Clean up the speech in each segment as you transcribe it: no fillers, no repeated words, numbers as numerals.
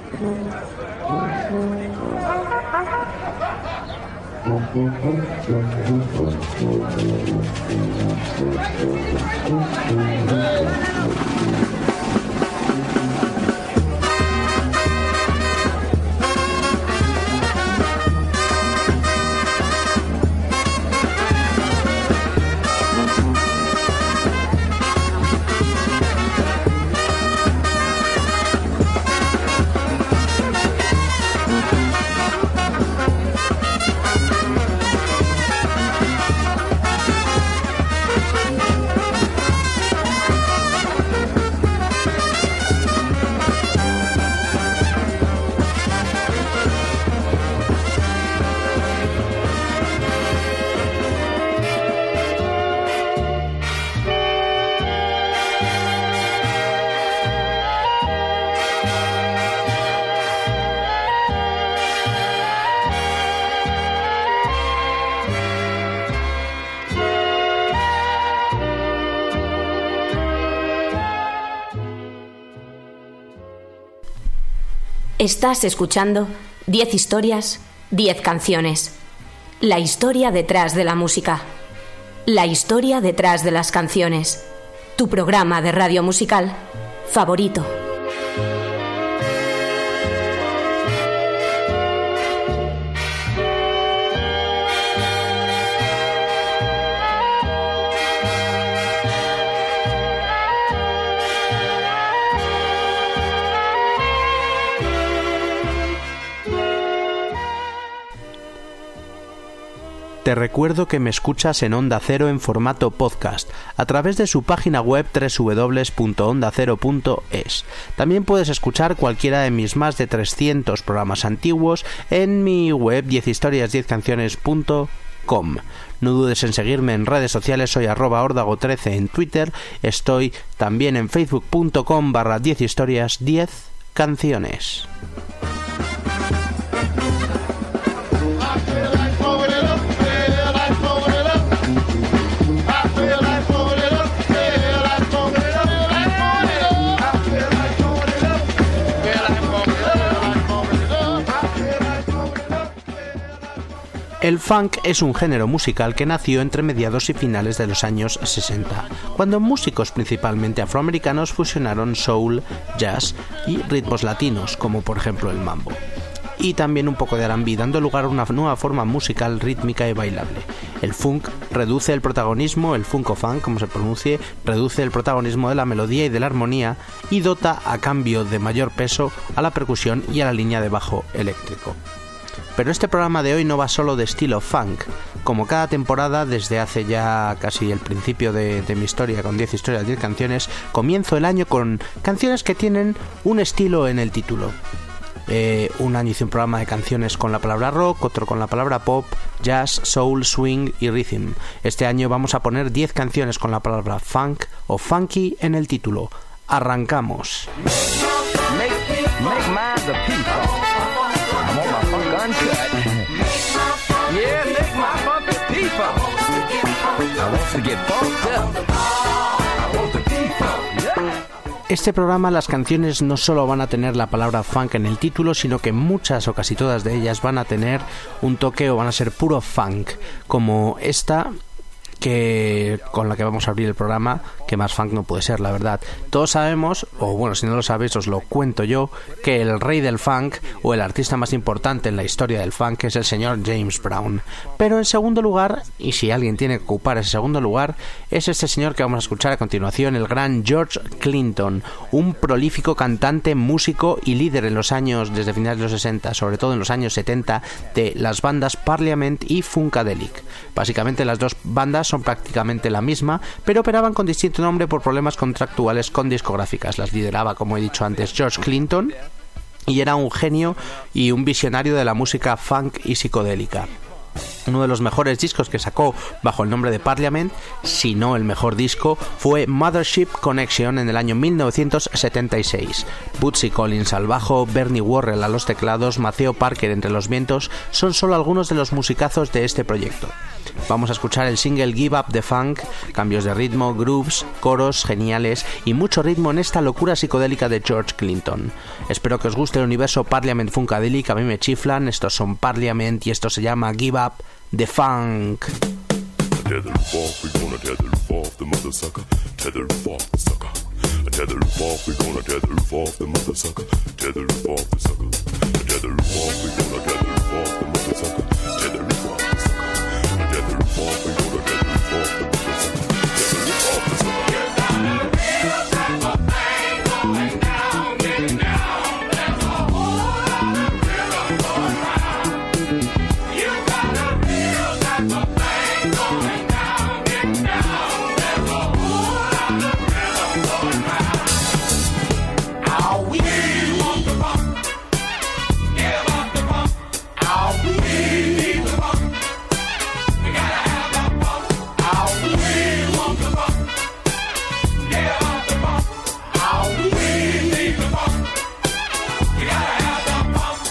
Estás escuchando 10 historias, 10 canciones. La historia detrás de la música. La historia detrás de las canciones. Tu programa de radio musical favorito. Te recuerdo que me escuchas en Onda Cero en formato podcast, a través de su página web www.ondacero.es. También puedes escuchar cualquiera de mis más de 300 programas antiguos en mi web 10historias10canciones.com. No dudes en seguirme en redes sociales, soy @ordago13 en Twitter, estoy también en facebook.com/10historias10canciones. El funk es un género musical que nació entre mediados y finales de los años 60, cuando músicos principalmente afroamericanos fusionaron soul, jazz y ritmos latinos, como por ejemplo el mambo. Y también un poco de R&B, dando lugar a una nueva forma musical rítmica y bailable. El funk reduce el protagonismo, el funk o funk, como se pronuncie, reduce el protagonismo de la melodía y de la armonía y dota a cambio de mayor peso a la percusión y a la línea de bajo eléctrico. Pero este programa de hoy no va solo de estilo funk. Como cada temporada, desde hace ya casi el principio de mi historia, con 10 historias, 10 canciones, comienzo el año con canciones que tienen un estilo en el título. Un año hice un programa de canciones con la palabra rock, otro con la palabra pop, jazz, soul, swing y rhythm. Este año vamos a poner 10 canciones con la palabra funk o funky en el título. Arrancamos. Este programa, las canciones no solo van a tener la palabra funk en el título, sino que muchas o casi todas de ellas van a tener un toque o van a ser puro funk, como esta que con la que vamos a abrir el programa, que más funk no puede ser, la verdad. Todos sabemos, o bueno, si no lo sabéis os lo cuento yo, que el rey del funk o el artista más importante en la historia del funk es el señor James Brown. Pero en segundo lugar, y si alguien tiene que ocupar ese segundo lugar, es este señor que vamos a escuchar a continuación, el gran George Clinton, un prolífico cantante, músico y líder en los años, desde finales de los 60, sobre todo en los años 70, de las bandas Parliament y Funkadelic. Básicamente las dos bandas son prácticamente la misma, pero operaban con distinto nombre por problemas contractuales con discográficas. Las lideraba, como he dicho antes, George Clinton, y era un genio y un visionario de la música funk y psicodélica. Uno de los mejores discos que sacó bajo el nombre de Parliament, si no el mejor disco, fue Mothership Connection en el año 1976. Bootsy Collins al bajo, Bernie Worrell a los teclados, Maceo Parker entre los vientos son solo algunos de los musicazos de este proyecto. Vamos a escuchar el single Give Up the Funk, cambios de ritmo, grooves, coros geniales y mucho ritmo en esta locura psicodélica de George Clinton. Espero que os guste el universo Parliament Funkadelic, a mí me chiflan, estos son Parliament y esto se llama Give Up the Funk. Tether off, we gonna tether off the mother sucker. Tether off the sucker. Tether off, we gonna tether off the mother sucker. Tether off the sucker. Tether off, we gonna tether off the mother sucker. Tether off the sucker. Tether off, we gonna tether off the mother sucker. Tether off the sucker. You got a real type of thing going down, getting down. There's a whole lot of rhythm going round. You got a real type of thing going down, getting down. There's a whole lot of rhythm going round. How we want the funk, give up the funk. How we need the funk, we gotta have that funk. How we want the funk, give up the funk. How we need the funk, we gotta have that funk.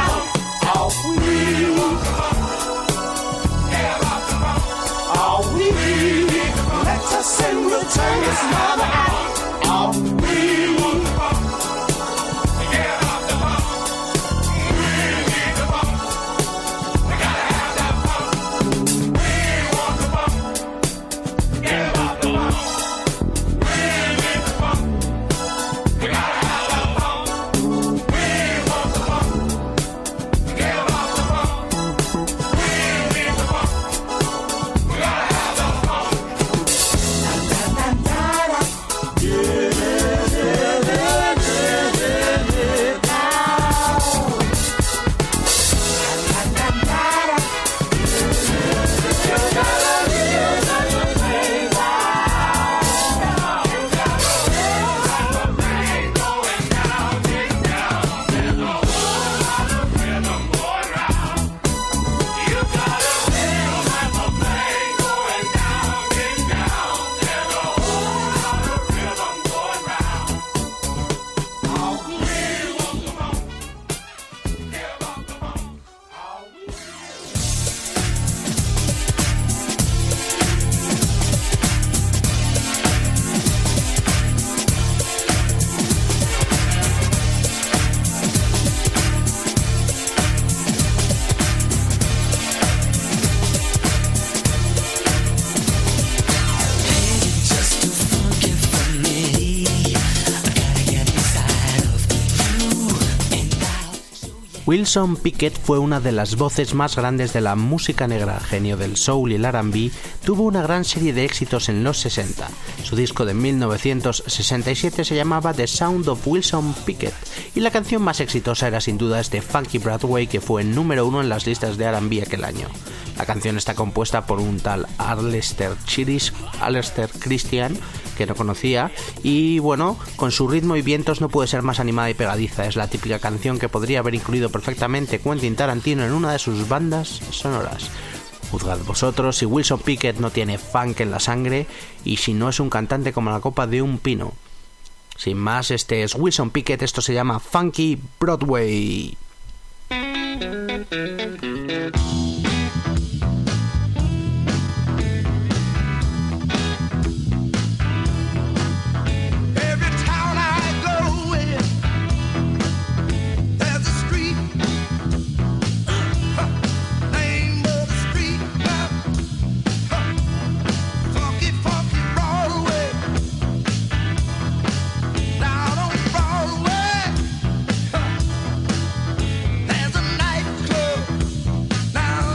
All we Wilson Pickett fue una de las voces más grandes de la música negra, genio del soul y el R&B, tuvo una gran serie de éxitos en los 60. Su disco de 1967 se llamaba The Sound of Wilson Pickett y la canción más exitosa era sin duda este Funky Broadway que fue número 1 en las listas de R&B aquel año. La canción está compuesta por un tal Alester Christian, que no conocía, y bueno, con su ritmo y vientos no puede ser más animada y pegadiza. Es la típica canción que podría haber incluido perfectamente Quentin Tarantino en una de sus bandas sonoras. Juzgad vosotros si Wilson Pickett no tiene funk en la sangre y si no es un cantante como la copa de un pino. Sin más, este es Wilson Pickett, esto se llama Funky Broadway. Now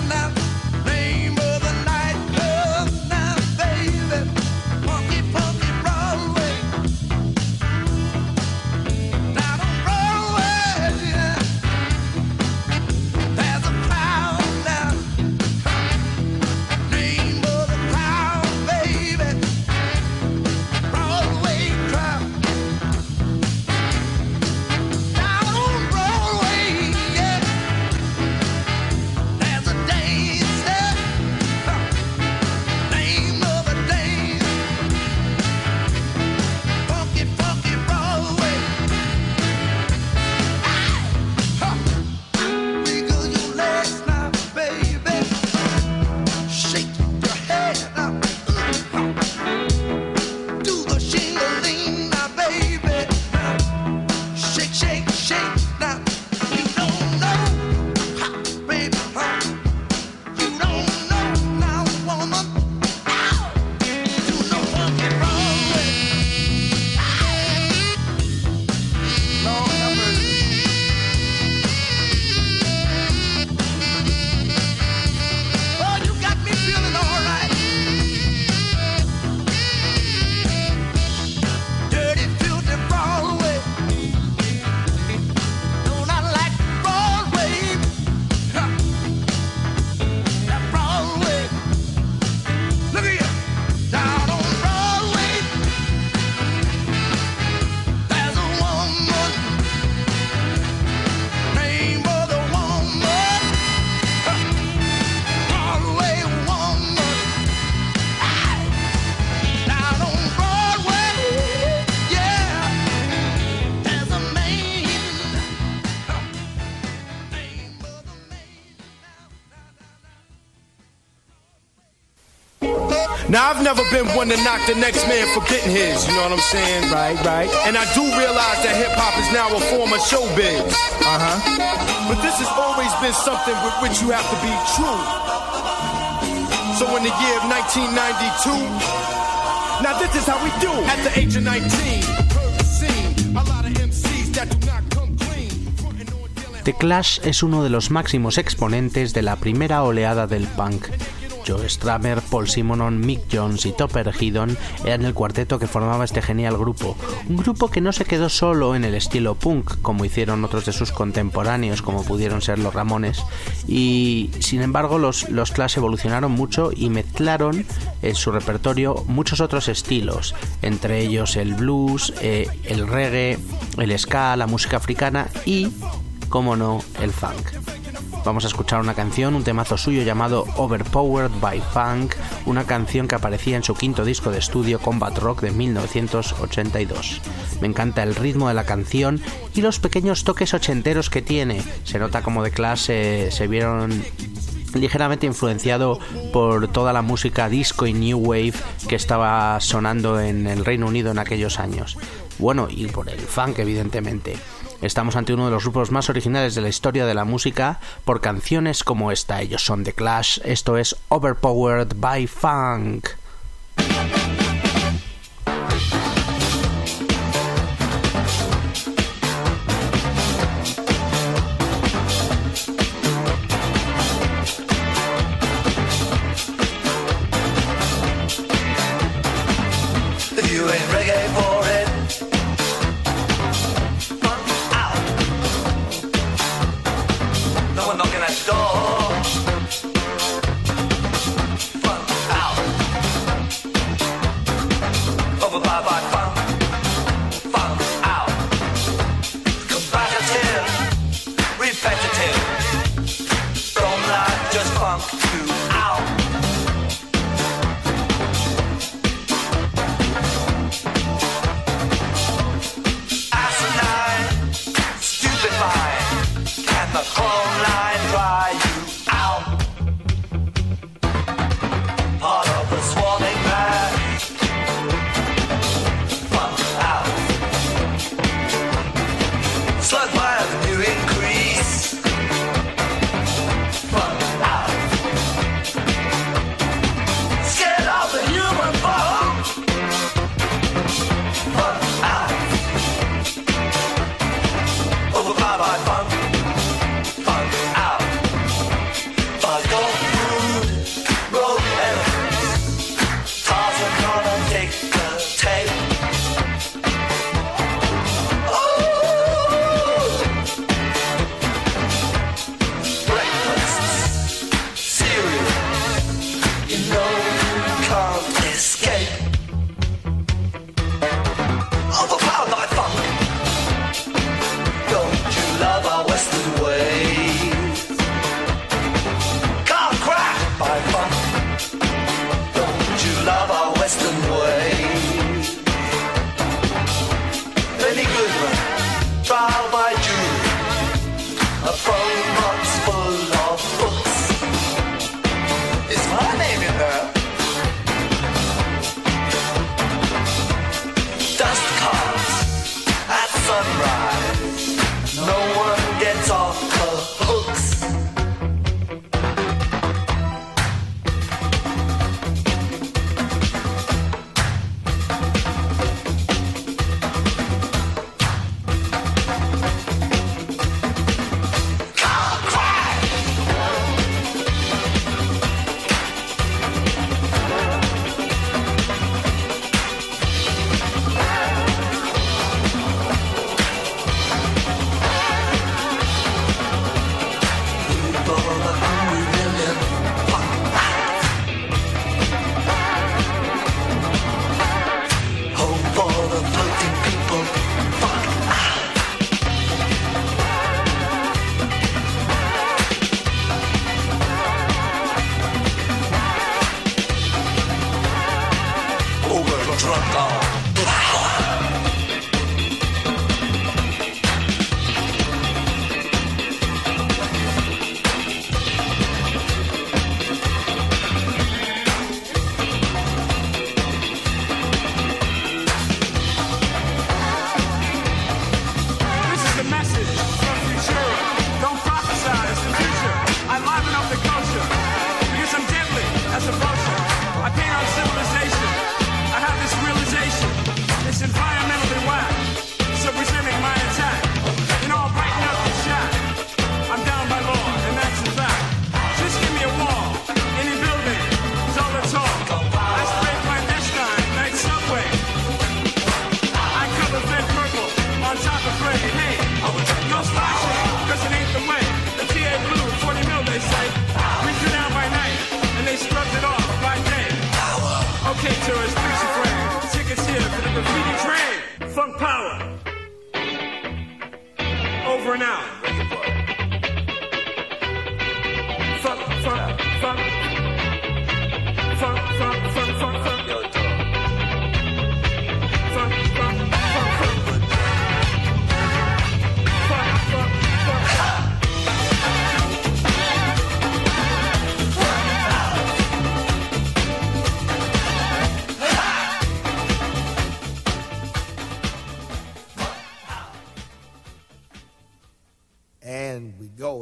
Now, I've never been one to knock the next man for getting his, you know what I'm saying? Right. And I do realize that hip-hop is now a form of showbiz. But this has always been something with which you have to be true. So in the year of 1992, now this is how we do. At the age of 19, heard the scene, a lot of MCs that do not come clean. The Clash es uno de los máximos exponentes de la primera oleada del punk. Joe Strummer, Paul Simonon, Mick Jones y Topper Headon eran el cuarteto que formaba este genial grupo. Un grupo que no se quedó solo en el estilo punk, como hicieron otros de sus contemporáneos, como pudieron ser los Ramones, y sin embargo los Clash evolucionaron mucho y mezclaron en su repertorio muchos otros estilos, entre ellos el blues, el reggae, el ska, la música africana y, como no, el funk. Vamos a escuchar una canción, un temazo suyo llamado Overpowered by Funk, una canción que aparecía en su quinto disco de estudio Combat Rock de 1982. Me encanta el ritmo de la canción y los pequeños toques ochenteros que tiene. Se nota como The Clash se vieron ligeramente influenciado por toda la música disco y new wave que estaba sonando en el Reino Unido en aquellos años. Bueno, y por el funk, evidentemente. Estamos ante uno de los grupos más originales de la historia de la música por canciones como esta. Ellos son The Clash, esto es Overpowered by Funk.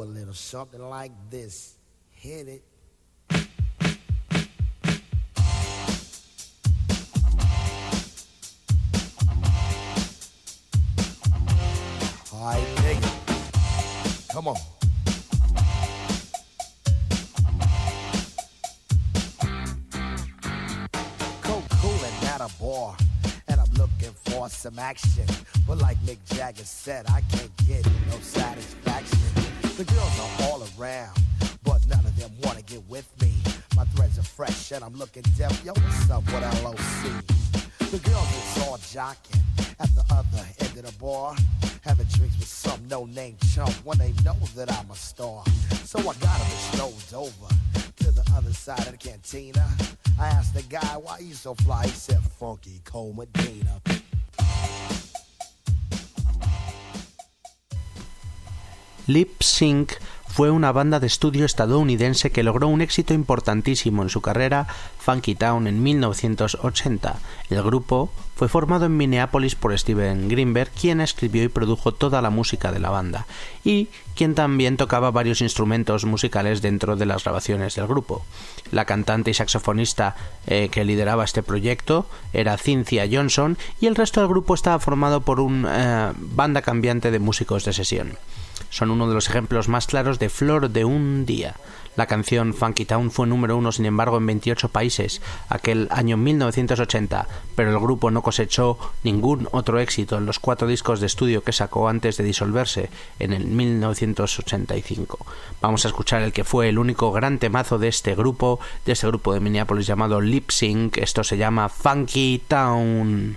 a little something like this. Hit it. All right, dig it. Come on. Cool and at a bar, and I'm looking for some action. But like Mick Jagger said, I can't get no satisfaction. The girls are all around, but none of them wanna get with me. My threads are fresh and I'm looking deaf. Yo, what's up with LOC? The girls is all jocking at the other end of the bar, having drinks with some no-name chump when they know that I'm a star. So I got them strolled over to the other side of the cantina. I asked the guy, why you so fly? He said, Funky Cole Medina. Lip Sync fue una banda de estudio estadounidense que logró un éxito importantísimo en su carrera, Funky Town, en 1980. El grupo fue formado en Minneapolis por Steven Greenberg, quien escribió y produjo toda la música de la banda, y quien también tocaba varios instrumentos musicales dentro de las grabaciones del grupo. La cantante y saxofonista que lideraba este proyecto era Cynthia Johnson, y el resto del grupo estaba formado por una banda cambiante de músicos de sesión. Son uno de los ejemplos más claros de Flor de un día. La canción Funky Town fue número 1, sin embargo, en 28 países aquel año 1980, pero el grupo no cosechó ningún otro éxito en los 4 discos de estudio que sacó antes de disolverse en el 1985. Vamos a escuchar el que fue el único gran temazo de este grupo de Minneapolis llamado Lip Sync. Esto se llama Funky Town.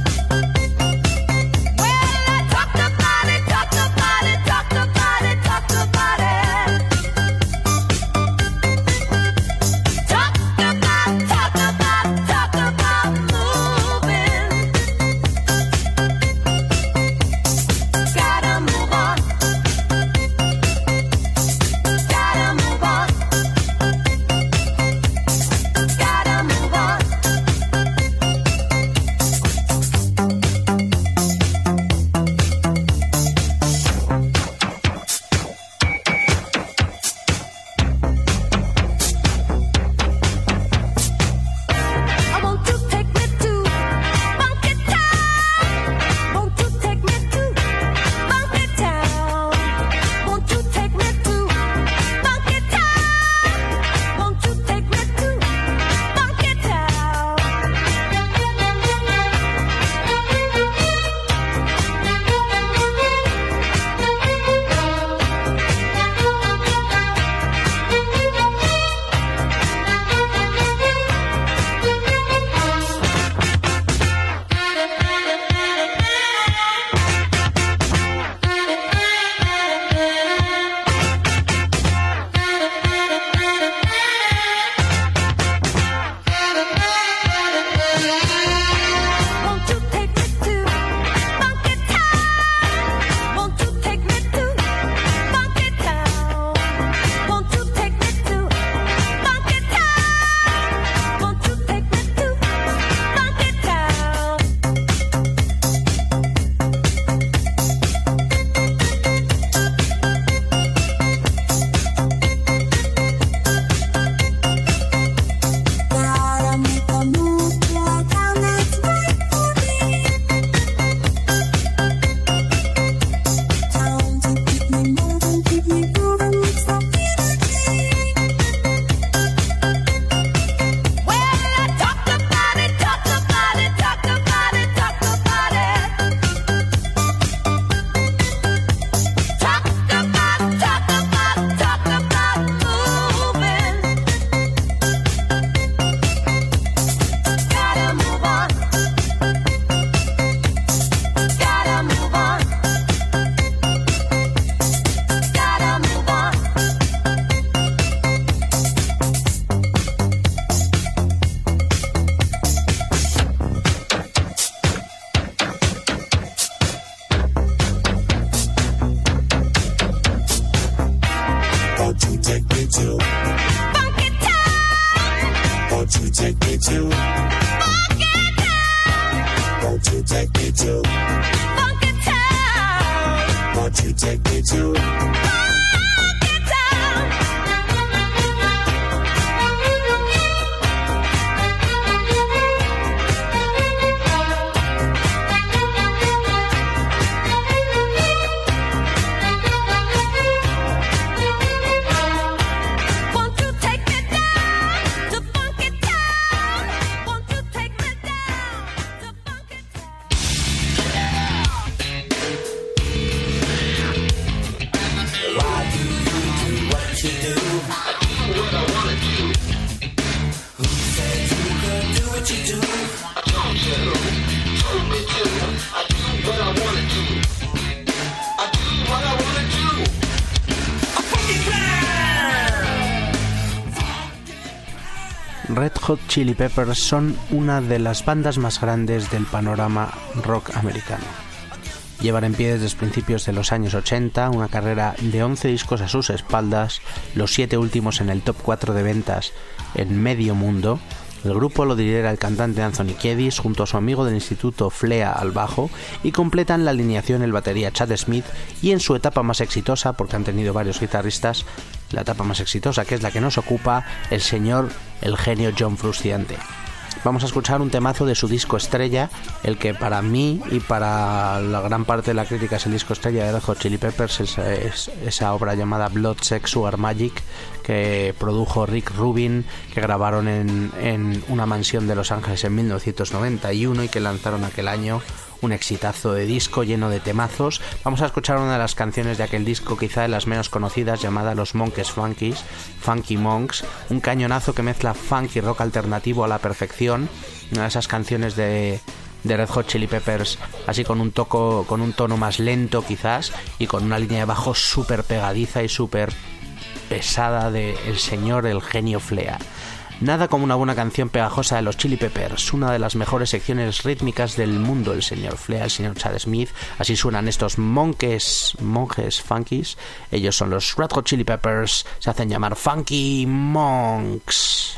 Talk about it. Won't you take me to Funky Town? Won't you take me to Funky Town? Won't you take me to Funky Town? Red Hot Chili Peppers son una de las bandas más grandes del panorama rock americano. Llevan en pie desde principios de los años 80 una carrera de 11 discos a sus espaldas, los 7 últimos en el top 4 de ventas en medio mundo. El grupo lo lidera el cantante Anthony Kiedis junto a su amigo del instituto Flea al bajo y completan la alineación el batería Chad Smith y en su etapa más exitosa, porque han tenido varios guitarristas, la etapa más exitosa que es la que nos ocupa, el genio John Frusciante. Vamos a escuchar un temazo de su disco estrella, el que para mí y para la gran parte de la crítica es el disco estrella de Red Hot Chili Peppers, es esa obra llamada Blood, Sex, Sugar Magic, que produjo Rick Rubin, que grabaron en una mansión de Los Ángeles en 1991 y que lanzaron aquel año un exitazo de disco lleno de temazos. Vamos a escuchar una de las canciones de aquel disco, quizá de las menos conocidas, llamada Los Monkeys Funkies, Funky Monks, un cañonazo que mezcla funk y rock alternativo a la perfección, una de esas canciones de Red Hot Chili Peppers, así con un tono más lento quizás, y con una línea de bajo súper pegadiza y súper pesada de el genio Flea. Nada como una buena canción pegajosa de los Chili Peppers, una de las mejores secciones rítmicas del mundo, el señor Flea, el señor Chad Smith. Así suenan estos monjes funkies. Ellos son los Red Hot Chili Peppers, se hacen llamar Funky Monks.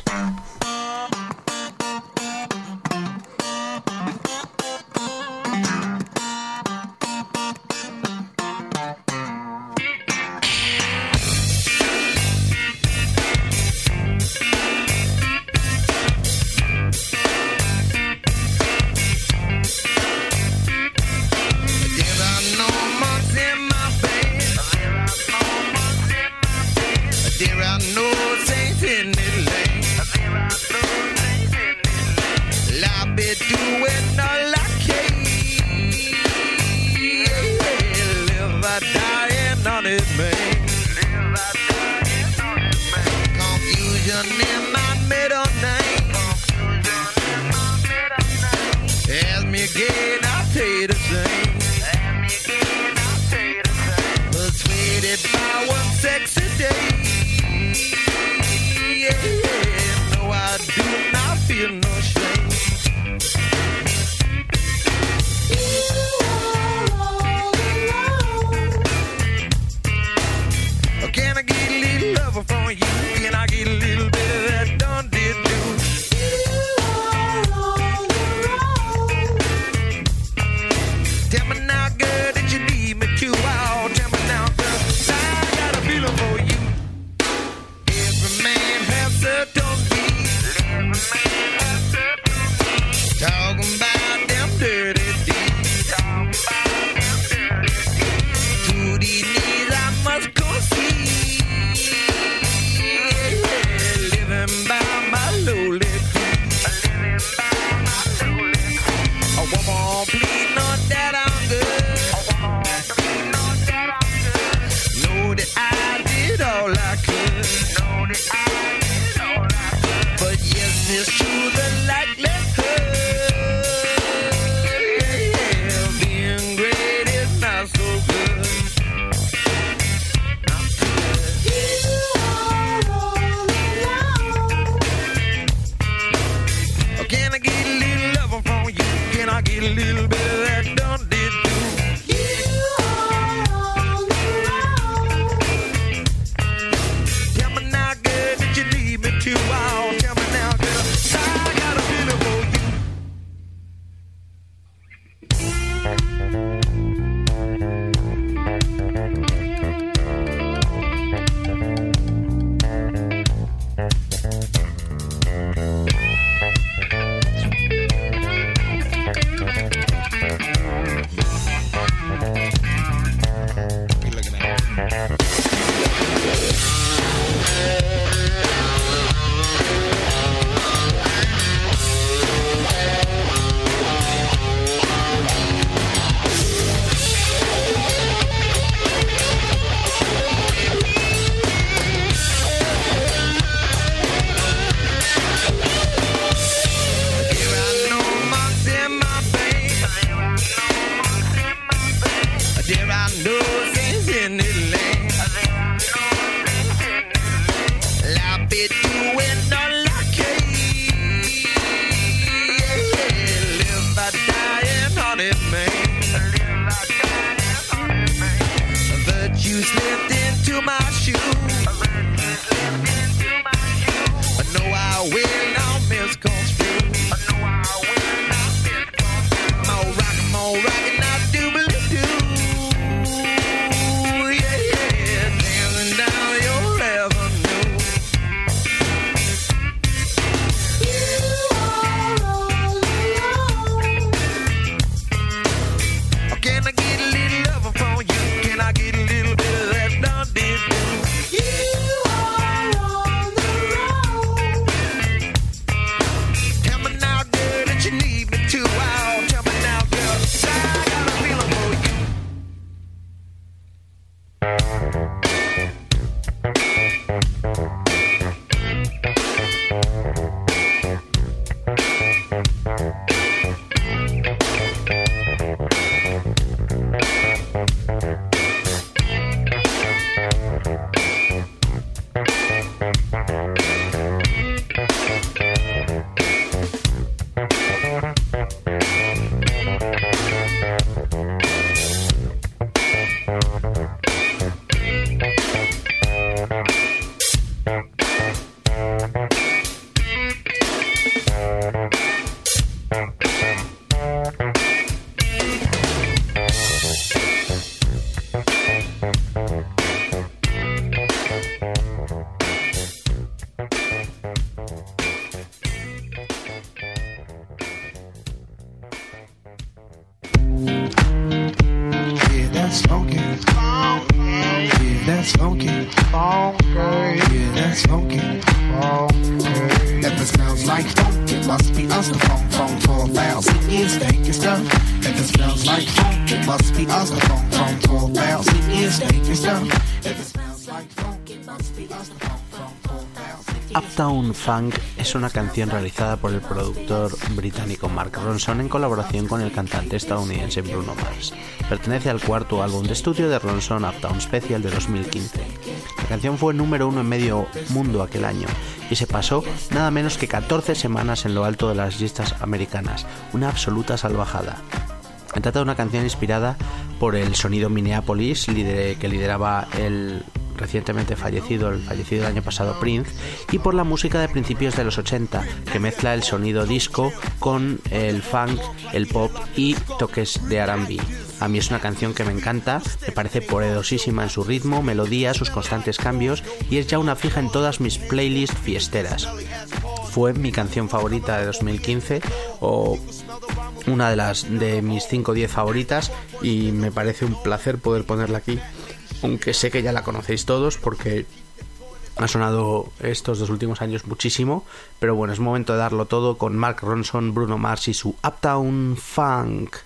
Uptown Funk es una canción realizada por el productor británico Mark Ronson en colaboración con el cantante estadounidense Bruno Mars. Pertenece al cuarto álbum de estudio de Ronson, Uptown Special, de 2015. La canción fue número 1 en medio mundo aquel año y se pasó nada menos que 14 semanas en lo alto de las listas americanas, una absoluta salvajada. Se trata de una canción inspirada por el sonido Minneapolis que lideraba el recientemente fallecido el año pasado Prince, y por la música de principios de los 80 que mezcla el sonido disco con el funk, el pop y toques de R&B. A mí es una canción que me encanta, me parece poderosísima en su ritmo, melodía, sus constantes cambios, y es ya una fija en todas mis playlists fiesteras. Fue mi canción favorita de 2015 o una de mis 5 o 10 favoritas, y me parece un placer poder ponerla aquí, aunque sé que ya la conocéis todos porque ha sonado estos 2 últimos años muchísimo, pero bueno, es momento de darlo todo con Mark Ronson, Bruno Mars y su Uptown Funk.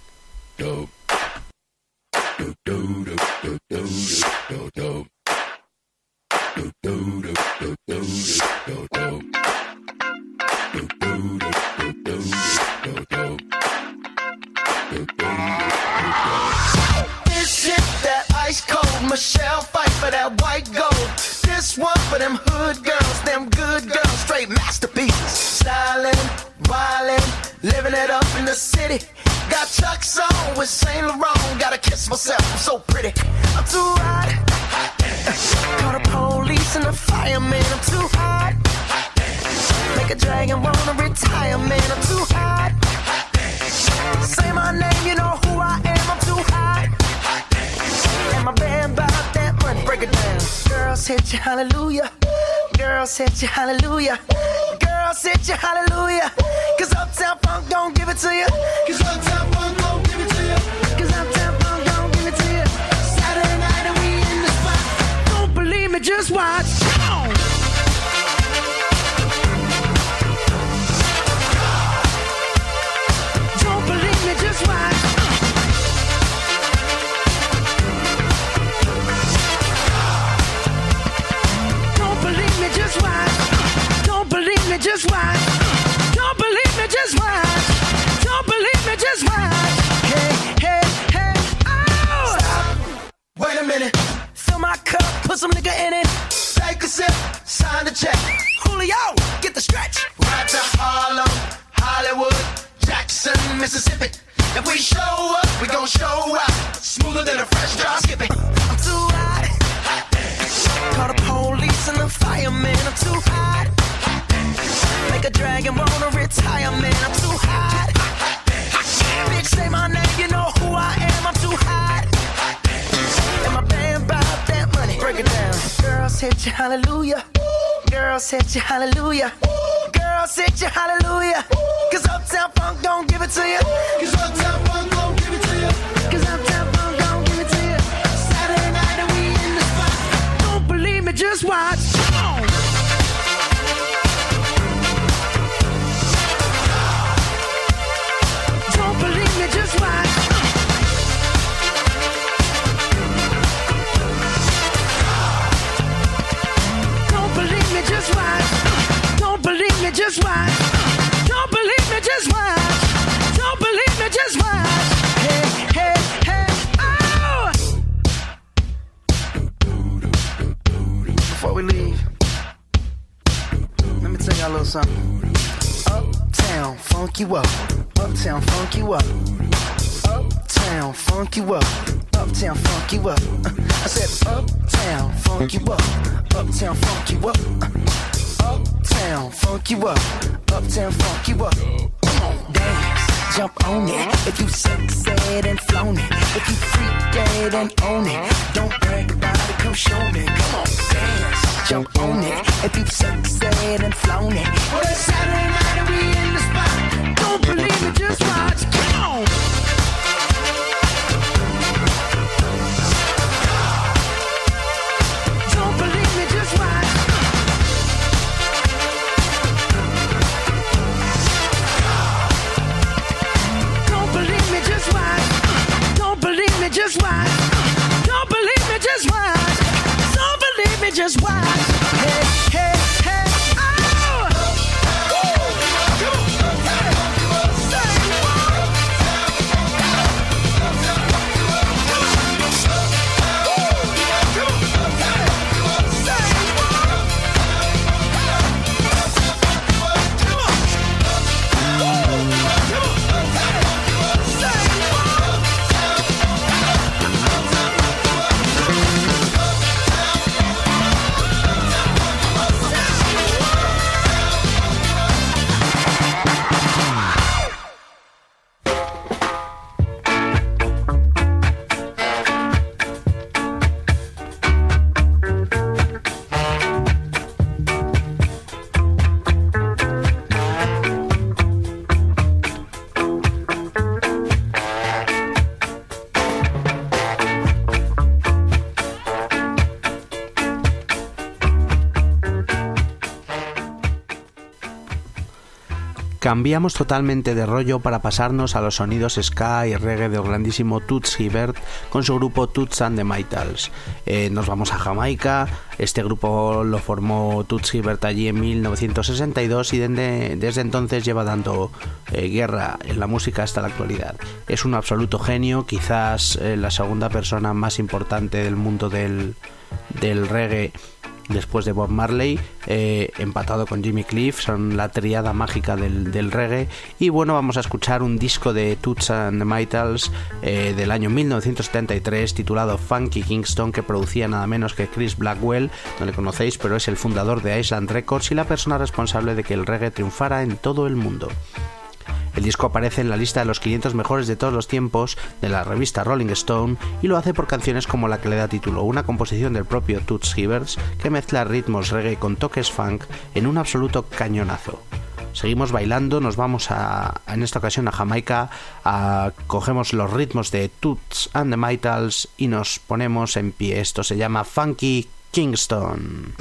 Ice cold, Michelle fight for that white gold. This one for them hood girls, them good girls, straight masterpieces. Stylin', wildin', living it up in the city. Got Chuck's on with Saint Laurent. Gotta kiss myself, I'm so pretty. I'm too hot. Call the police and the fireman. I'm too hot. Make a dragon wanna retire, man. I'm too hot. Say my name, you know who I am. I'm too hot. And my band bought that money. Break it down. Girls hit you, hallelujah. Girls hit you, hallelujah. Girls hit you, hallelujah. Cause Uptown Funk don't give it to you. Cause Uptown Funk don't give it to you. Cause Uptown Funk don't give it to you. Saturday night and we in the spot. Don't believe me, just watch. Don't believe me, just watch. Just watch. Don't believe me, just watch. Don't believe me, just watch. Don't believe me, just watch. Hey, hey, hey, oh! Stop. Wait a minute. Fill my cup, put some nigga in it. Take a sip, sign the check. Julio, get the stretch. Right to Harlem, Hollywood, Jackson, Mississippi. If we show up, we gon' show out. Smoother than a fresh drop skipping. I'm too hot. Call the police and the fireman. I'm too hot. Make a dragon wanna retire, man. I'm too hot. Bitch, say my name, you know who I am. I'm too hot. And my band bought that money. Break it down. Girls hit you, hallelujah. Girls hit you, hallelujah. Girls hit you, hallelujah. Cause Uptown Funk don't give it to you. Cause Uptown Funk don't give it to you. Cause Uptown Funk don't give it to you. Saturday night and we in the spot. Don't believe me, just watch. Don't believe me, just watch. Don't believe me, just watch. Don't believe me, just watch. Don't believe me, just watch. Don't believe me, just watch. Hey, hey, hey, oh! Before we leave, let me tell y'all a little something. Uptown, funk you up. Uptown, funk you up. Uptown, funk you up. Uptown, funk you up. I said uptown, funk you up. Uptown, funk you up. Uptown, funk you up. Uptown funk you up. Come on, dance, jump on it. If you succeed and flown it, if you freak dead and own it, don't brag about it, come show me. Come on, dance, jump on it. If you succeed and flown it, well, it's Saturday night and we in the spot. Don't believe me, just watch. Come on. Don't believe me, just watch. Don't believe me, just watch. Don't believe me, just watch. Don't believe me, just watch. Don't believe me, just watch. Hey, hey, hey, oh! Cambiamos totalmente de rollo para pasarnos a los sonidos ska y reggae del grandísimo Toots Hibbert con su grupo Toots and the Maytals. Nos vamos a Jamaica. Este grupo lo formó Toots Hibbert allí en 1962 y desde entonces lleva dando guerra en la música hasta la actualidad. Es un absoluto genio, quizás la segunda persona más importante del mundo del reggae después de Bob Marley, empatado con Jimmy Cliff. Son la tríada mágica del reggae. Y bueno, vamos a escuchar un disco de Toots and the Maytals del año 1973 titulado Funky Kingston, que producía nada menos que Chris Blackwell. No le conocéis, pero es el fundador de Island Records y la persona responsable de que el reggae triunfara en todo el mundo. El disco aparece en la lista de los 500 mejores de todos los tiempos de la revista Rolling Stone y lo hace por canciones como la que le da título, una composición del propio Toots Hibbert que mezcla ritmos reggae con toques funk en un absoluto cañonazo. Seguimos bailando, nos vamos en esta ocasión a Jamaica, cogemos los ritmos de Toots and the Maytals y nos ponemos en pie. Esto se llama Funky Kingston.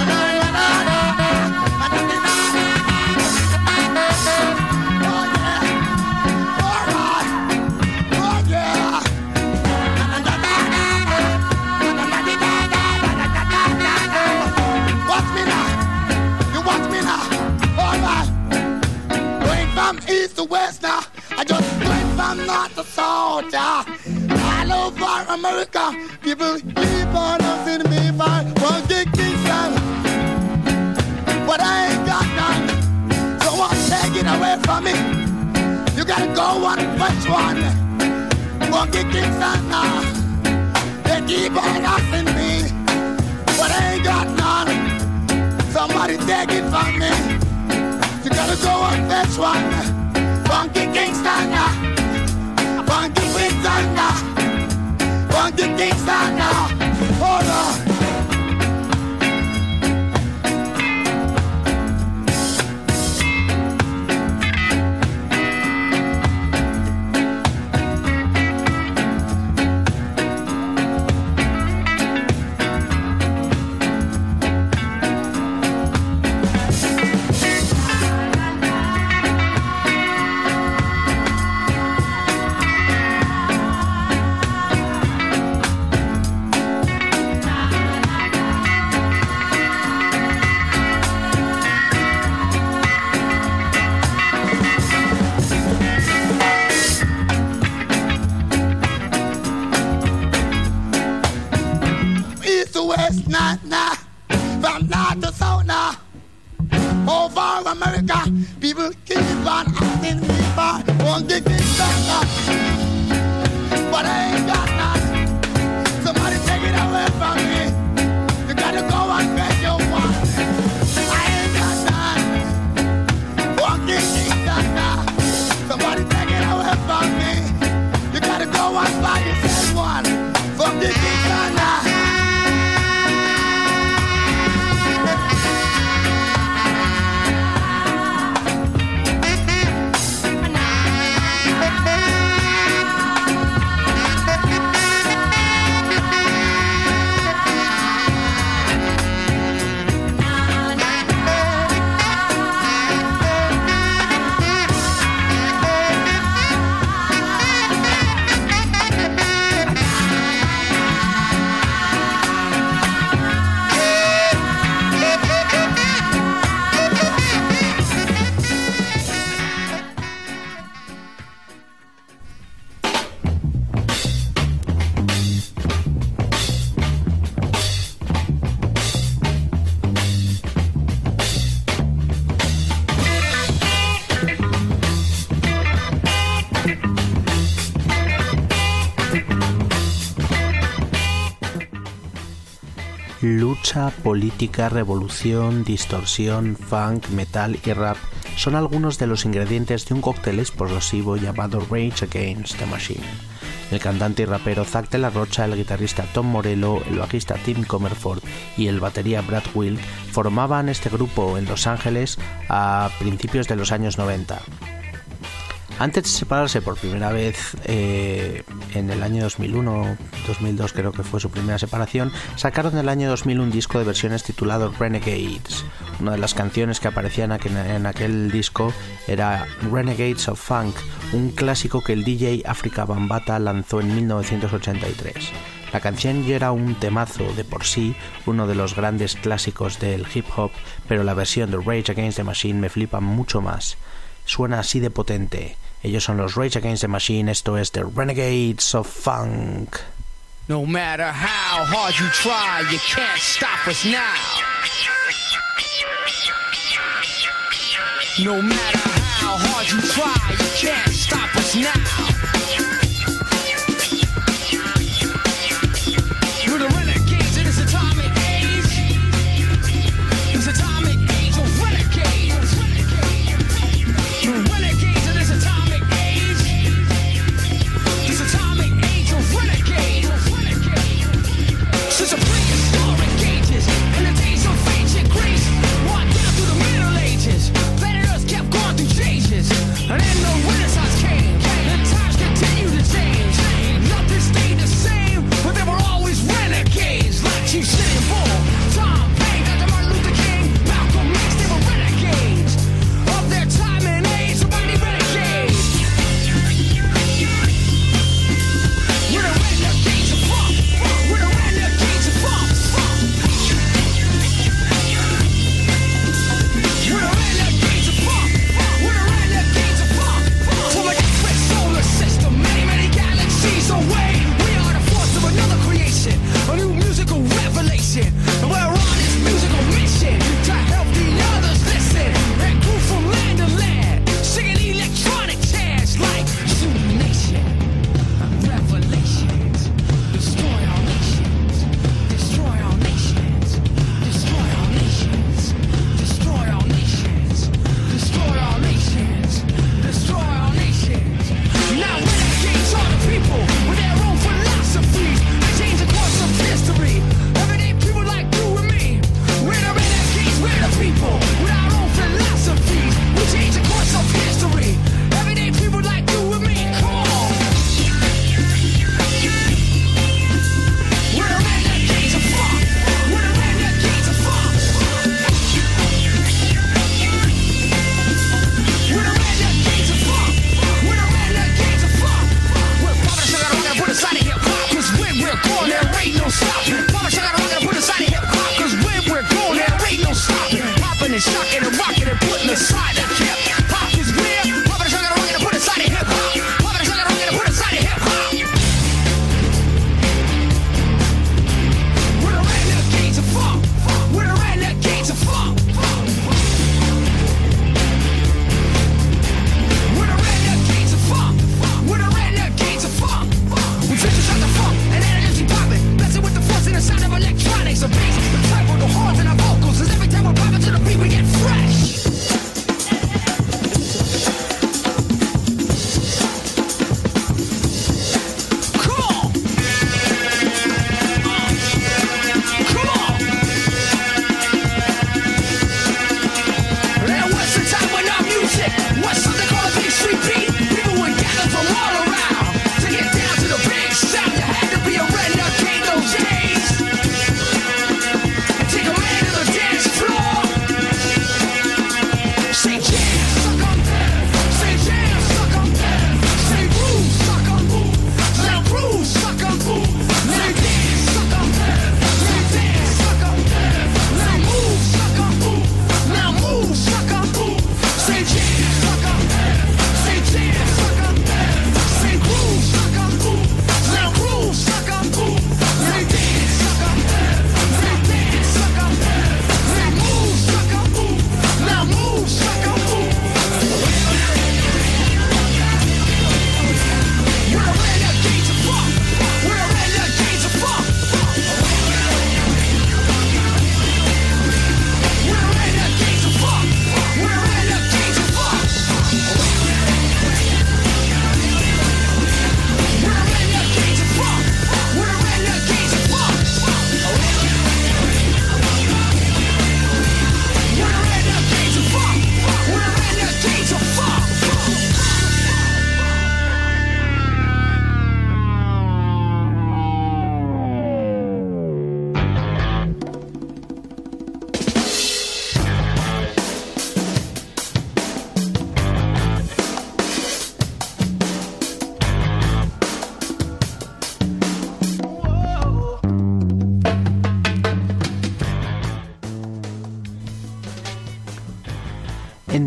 Oh yeah. out. All over America, people keep on asking me for funky Kingston, but I ain't got none. So won't take it away from me. You gotta go on first one. Funky Kingston, they keep on asking me, but I ain't got none. Somebody take it from me. You gotta go on first one. Funky Kingston, Funky Kingston, Funky Kingston, hold on. America, people keep on asking me for funky Kingston, but I ain't got none. Somebody take it away from me. You gotta go and get your one. I ain't got none. Funky Kingston, somebody take it away from me. You gotta go and buy yourself one. Funky Kingston. Lucha, política, revolución, distorsión, funk, metal y rap son algunos de los ingredientes de un cóctel explosivo llamado Rage Against the Machine. El cantante y rapero Zack de la Rocha, el guitarrista Tom Morello, el bajista Tim Comerford y el batería Brad Wilk formaban este grupo en Los Ángeles a principios de los años 90. Antes de separarse por primera vez en el año 2001, 2002 creo que fue su primera separación, sacaron en el año 2000 un disco de versiones titulado Renegades. Una de las canciones que aparecían en aquel disco era Renegades of Funk, un clásico que el DJ Afrika Bambaataa lanzó en 1983. La canción ya era un temazo de por sí, uno de los grandes clásicos del hip hop, pero la versión de Rage Against the Machine me flipa mucho más. Suena así de potente. Ellos son los Rage Against the Machine, esto es The Renegades of Funk. No matter how hard you try, you can't stop us now. No matter how hard you try, you can't stop us now. We're the renegades in this atomic age. This atomic age of renegades. We're renegades in this atomic age. This atomic age of renegades. Since the prehistoric ages and the days of ancient Greece, walked down through the Middle Ages. Planet Earth kept going through changes, and then the Renaissance came. The time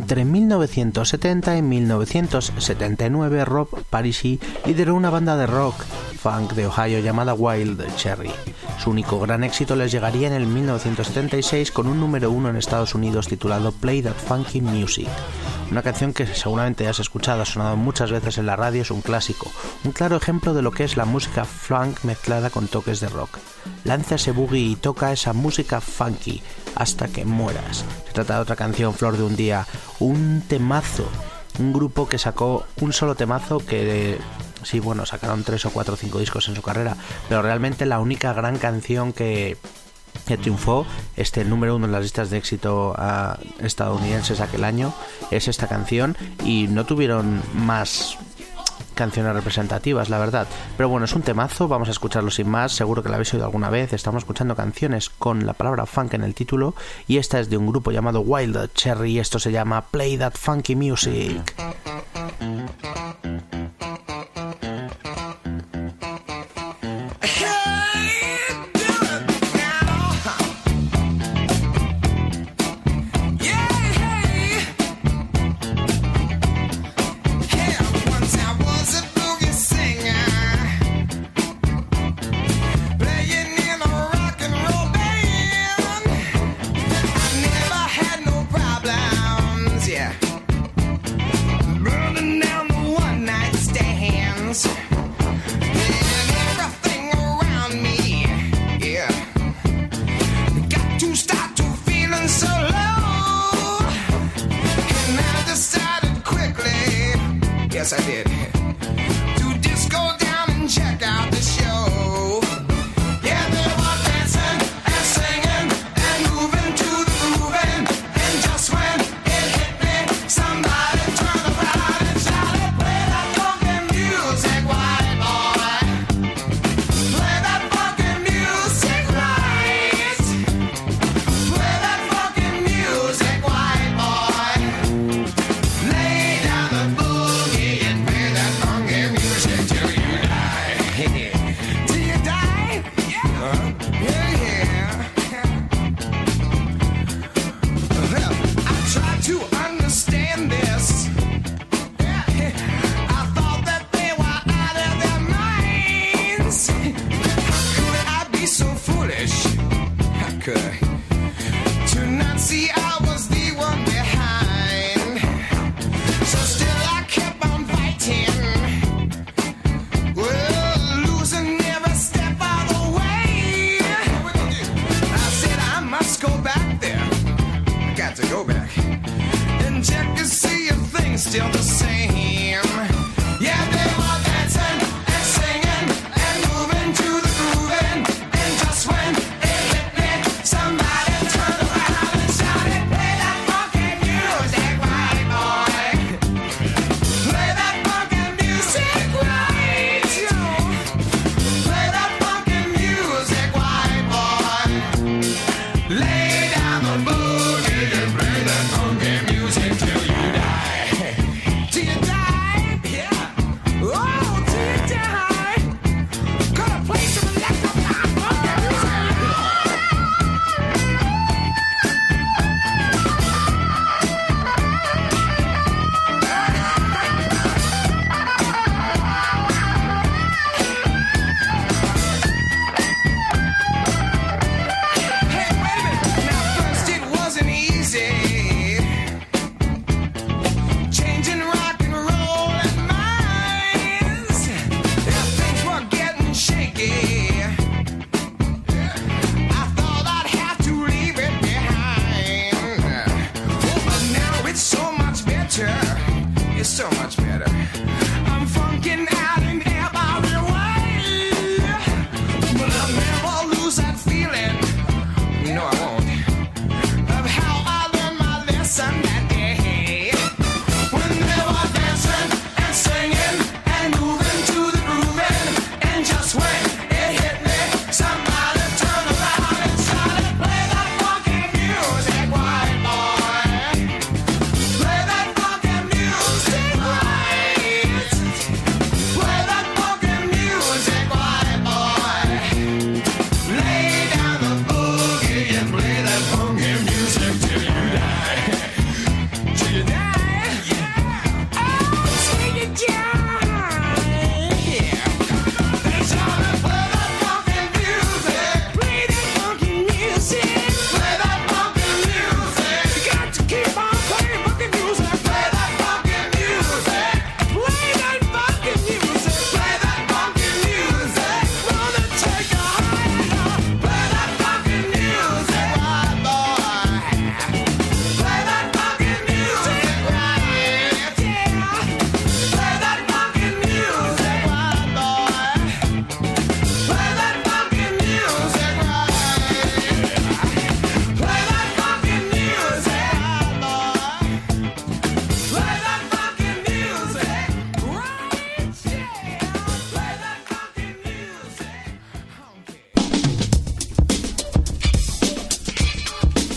Entre 1970 y 1979, Rob Parisi lideró una banda de rock funk de Ohio llamada Wild Cherry. Su único gran éxito les llegaría en el 1976 con un número 1 en Estados Unidos titulado Play That Funky Music. Una canción que seguramente ya has escuchado, ha sonado muchas veces en la radio, es un clásico, un claro ejemplo de lo que es la música funk mezclada con toques de rock. Lanza ese boogie y toca esa música funky hasta que mueras. Se trata de otra canción, Flor de un Día, un temazo, un grupo que sacó un solo temazo que... Sí, bueno, sacaron 3 o 4 o 5 discos en su carrera, pero realmente la única gran canción que triunfó, número 1 en las listas de éxito estadounidenses aquel año, es esta canción, y no tuvieron más canciones representativas, la verdad. Pero bueno, es un temazo, vamos a escucharlo sin más, seguro que lo habéis oído alguna vez. Estamos escuchando canciones con la palabra funk en el título, y esta es de un grupo llamado Wild Cherry, y esto se llama Play That Funky Music. Yes, I did. To just go down and check out the show. Yeah, they were dancing and singing and moving to the grooving. And just when it hit me, somebody turned around and shouted, "Play that funky music, white boy. Play that funky music right. Play that funky music, white boy. Lay down the boogie and play that funky music till you die."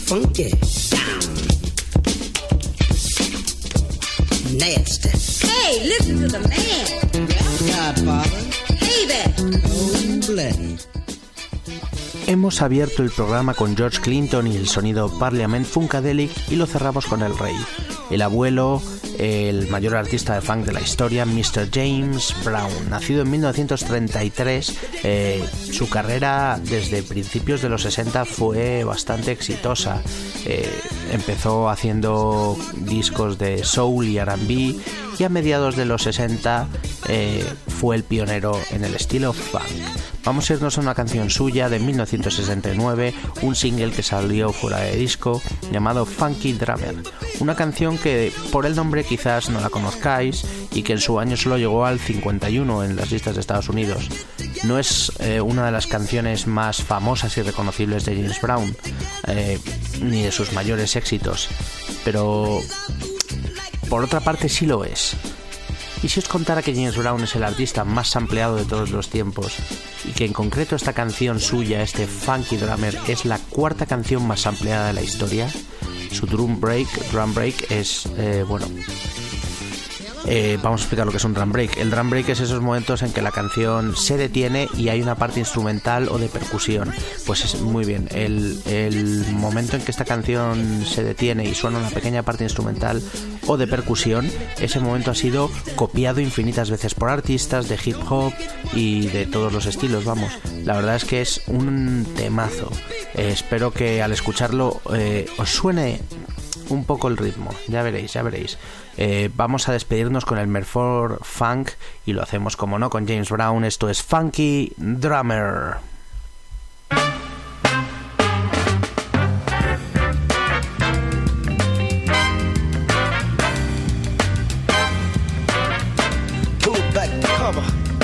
funky, down, nasty. Hey, listen to the man. Godfather. Hey there. Oh, bless. Hemos abierto el programa con George Clinton y el sonido Parliament Funkadelic y lo cerramos con el rey, el abuelo, el mayor artista de funk de la historia, Mr. James Brown. Nacido en 1933, su carrera desde principios de los 60 fue bastante exitosa. Empezó haciendo discos de soul y R&B y a mediados de los 60 fue el pionero en el estilo funk. Vamos a irnos a una canción suya de 1969, un single que salió fuera de disco llamado Funky Drummer, una canción que por el nombre quizás no la conozcáis y que en su año solo llegó al 51 en las listas de Estados Unidos. No es una de las canciones más famosas y reconocibles de James Brown, ni de sus mayores éxitos, pero por otra parte sí lo es. Y si os contara que James Brown es el artista más sampleado de todos los tiempos y que en concreto esta canción suya, este Funky Drummer, es la cuarta canción más sampleada de la historia, su drum break es, vamos a explicar lo que es un drum break. El drum break es esos momentos en que la canción se detiene y hay una parte instrumental o de percusión. Pues es muy bien, el momento en que esta canción se detiene y suena una pequeña parte instrumental o de percusión, ese momento ha sido copiado infinitas veces por artistas de hip hop y de todos los estilos, vamos. La verdad es que es un temazo. Espero que al escucharlo os suene un poco el ritmo, ya veréis. Vamos a despedirnos con el mejor funk y lo hacemos como no con James Brown. Esto es Funky Drummer. Pull back the cover.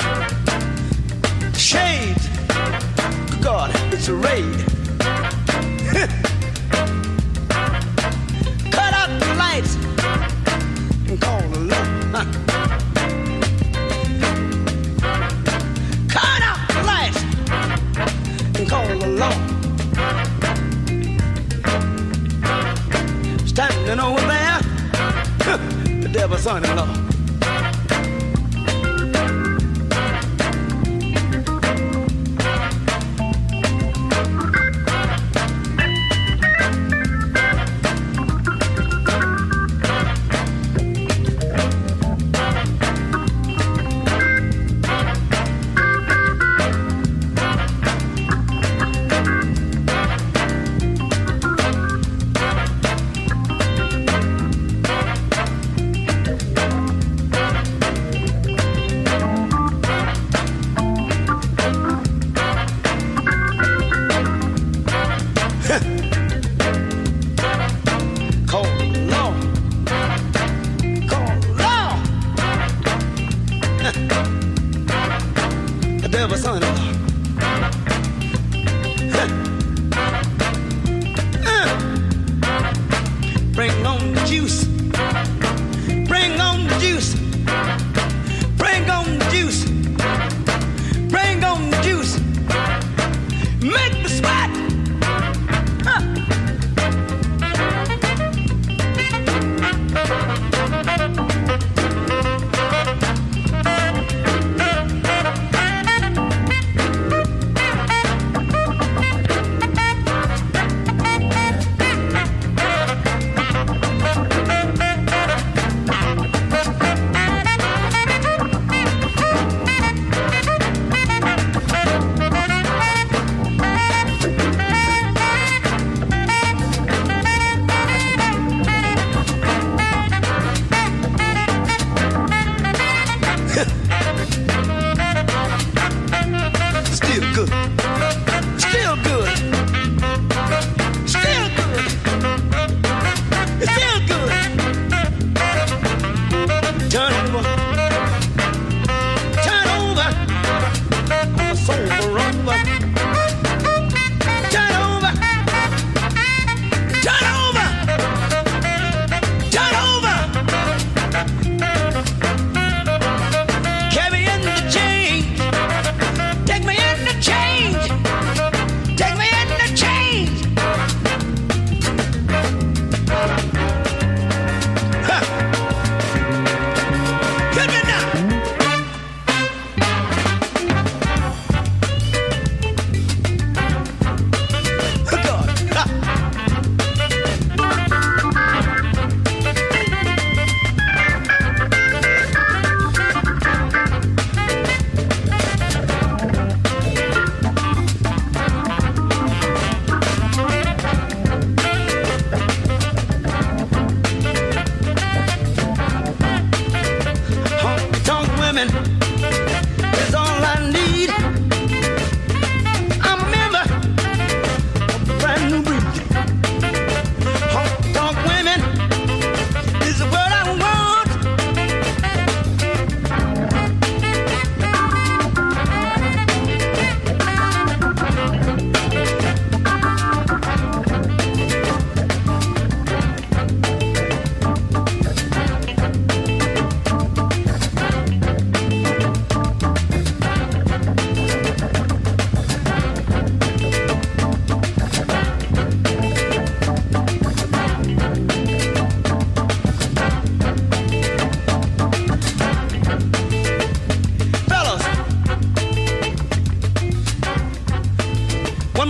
Shade. God, it's a raid. Cut out the lights and call the law. Cut out the lights and call the law. Standing over there, the devil's son-in-law.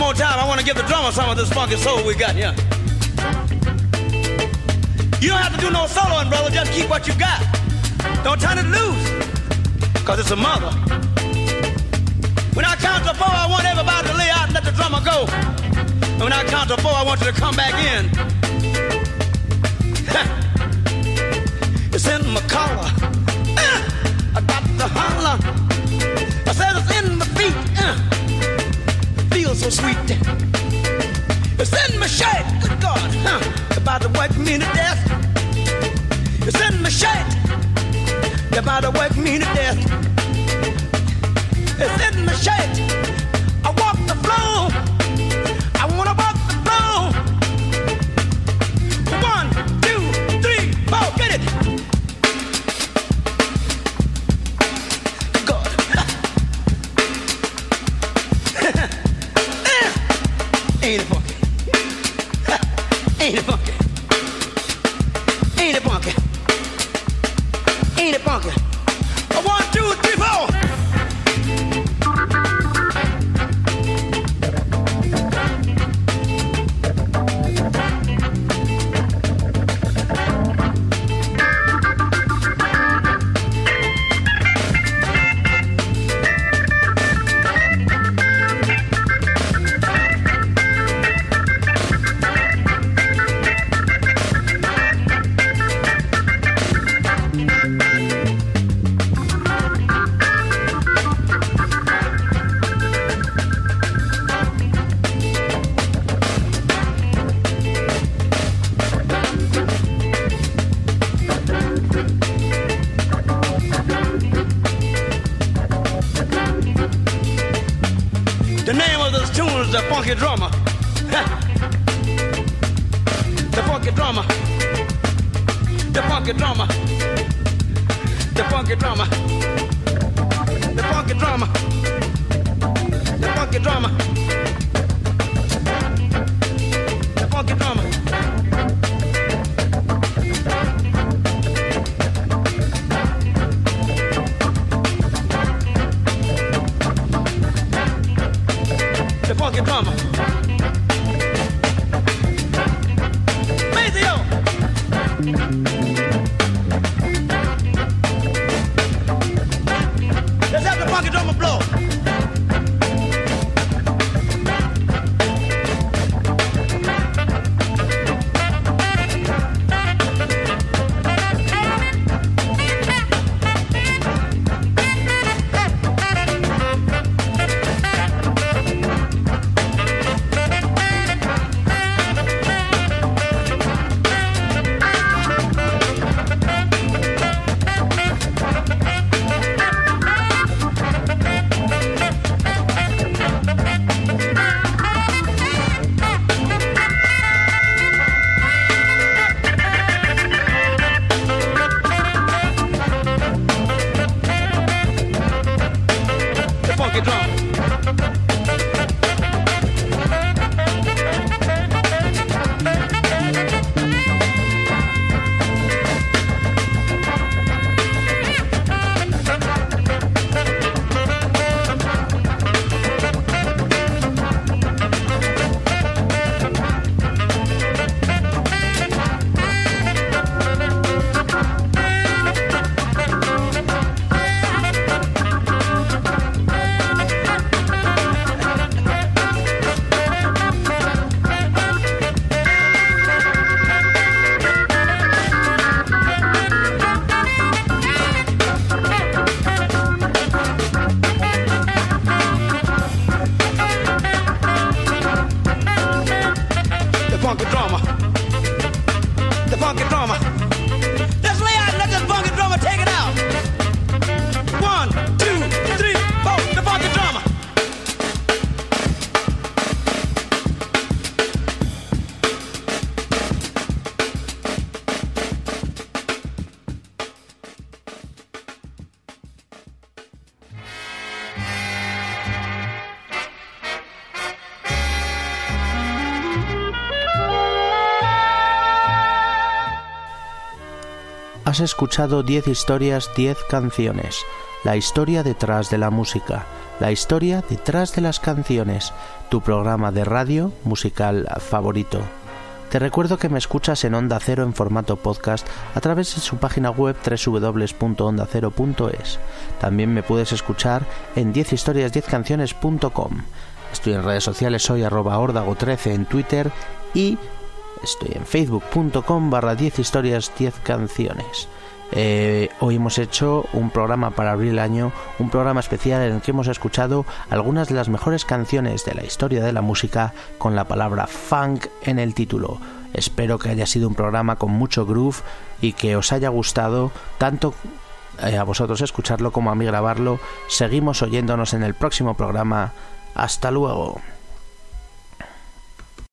more time, I want to give the drummer some of this funky soul we got here. You don't have to do no soloing, brother. Just keep what you got. Don't turn it loose, because it's a mother. When I count to 4, I want everybody to lay out and let the drummer go. And when I count to 4, I want you to come back in. It's in my collar. I got to holler. I said it's in my feet. Feels so sweet. It's in my shirt. Good God. About to work me to death. It's in my shirt. You're about to work me to death. It's in my shirt. I walk the floor. I wanna walk the floor. 1, 2, 3, 4, get it. God. Ain't it funky? Ain't it funky? Ain't it funky? Ain't it funky? 1, 2, 3, 4. The funky drummer. The funky drummer. The funky drummer. The funky drummer. The funky drummer. The funky drummer. The funky drummer. The funky drummer. Maceo. Let's have the funky drummer blow. Has escuchado 10 historias, 10 canciones. la historia detrás de la música, la historia detrás de las canciones, tu programa de radio musical favorito. Te recuerdo que me escuchas en Onda Cero en formato podcast a través de su página web www.ondacero.es. También me puedes escuchar en 10historias10canciones.com. Estoy en redes sociales, soy @ordago13 en Twitter y estoy en facebook.com/10historias10canciones. Hoy hemos hecho un programa para abrir el año, un programa especial en el que hemos escuchado algunas de las mejores canciones de la historia de la música con la palabra funk en el título. Espero que haya sido un programa con mucho groove y que os haya gustado tanto a vosotros escucharlo como a mí grabarlo. Seguimos oyéndonos en el próximo programa. Hasta luego.